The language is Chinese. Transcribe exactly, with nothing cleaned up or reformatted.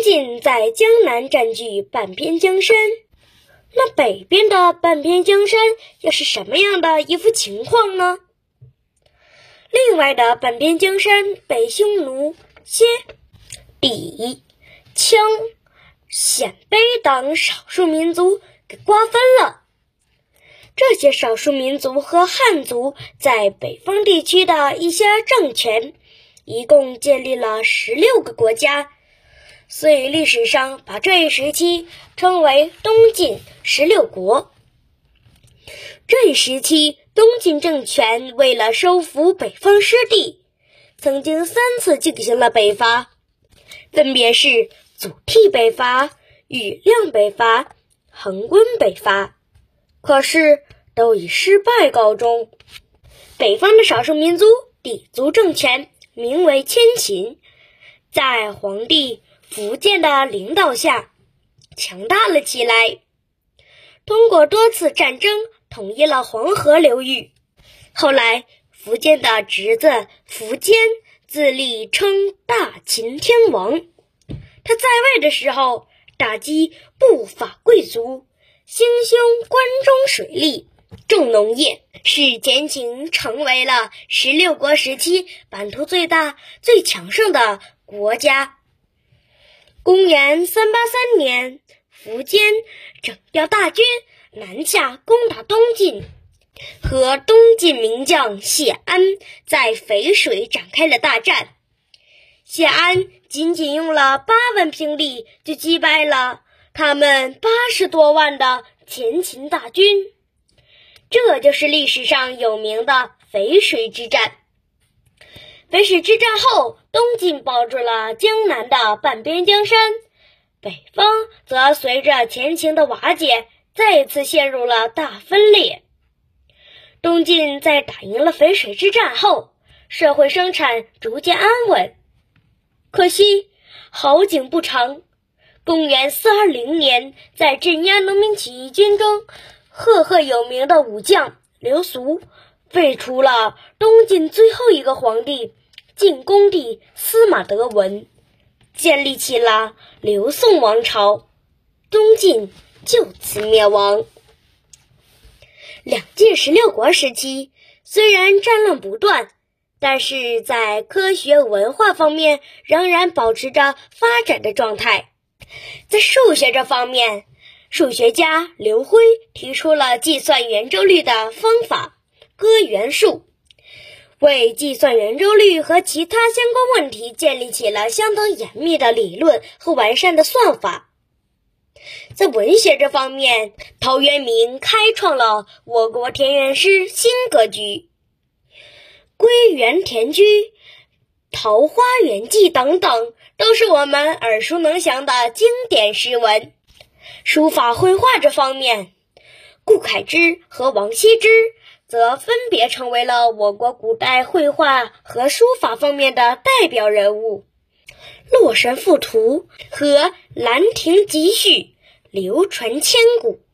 晋在江南占据半边江山，那北边的半边江山又是什么样的一幅情况呢？另外的半边江山被匈奴、羯、氐、羌、鲜卑等少数民族给瓜分了。这些少数民族和汉族在北方地区的一些政权，一共建立了十六个国家，所以历史上把这一时期称为东晋十六国。这一时期，东晋政权为了收复北方失地，曾经三次进行了北伐，分别是祖逖北伐、庾亮北伐、恒温北伐，可是都以失败告终。北方的少数民族氐族政权名为千秦，在皇帝苻建的领导下强大了起来，通过多次战争统一了黄河流域。后来苻建的侄子苻坚自立称大秦天王，他在位的时候打击不法贵族，兴修关中水利，重农业，使前秦成为了十六国时期版图最大最强盛的国家。公元三八三年，苻坚整调大军南下攻打东晋，和东晋名将谢安在淝水展开了大战。谢安仅仅用了八万兵力就击败了他们八十多万的前秦大军，这就是历史上有名的淝水之战。淝水之战后，东晋保住了江南的半边江山，北方则随着前秦的瓦解，再一次陷入了大分裂。东晋在打赢了淝水之战后，社会生产逐渐安稳。可惜好景不长，公元四二零年，在镇压农民起义军中，赫赫有名的武将刘肃废除了东晋最后一个皇帝晋恭帝司马德文，建立起了刘宋王朝，东晋就此灭亡。两晋十六国时期，虽然战乱不断，但是在科学文化方面仍然保持着发展的状态。在数学这方面，数学家刘辉提出了计算圆周率的方法割圆数，为计算圆周率和其他相关问题建立起了相当严密的理论和完善的算法。在文学这方面，陶渊明开创了我国田园诗新格局，归园田居、桃花源记等等都是我们耳熟能详的经典诗文。书法绘画这方面，顾恺之和王羲之则分别成为了我国古代绘画和书法方面的代表人物。洛神赋图和兰亭集序流传千古。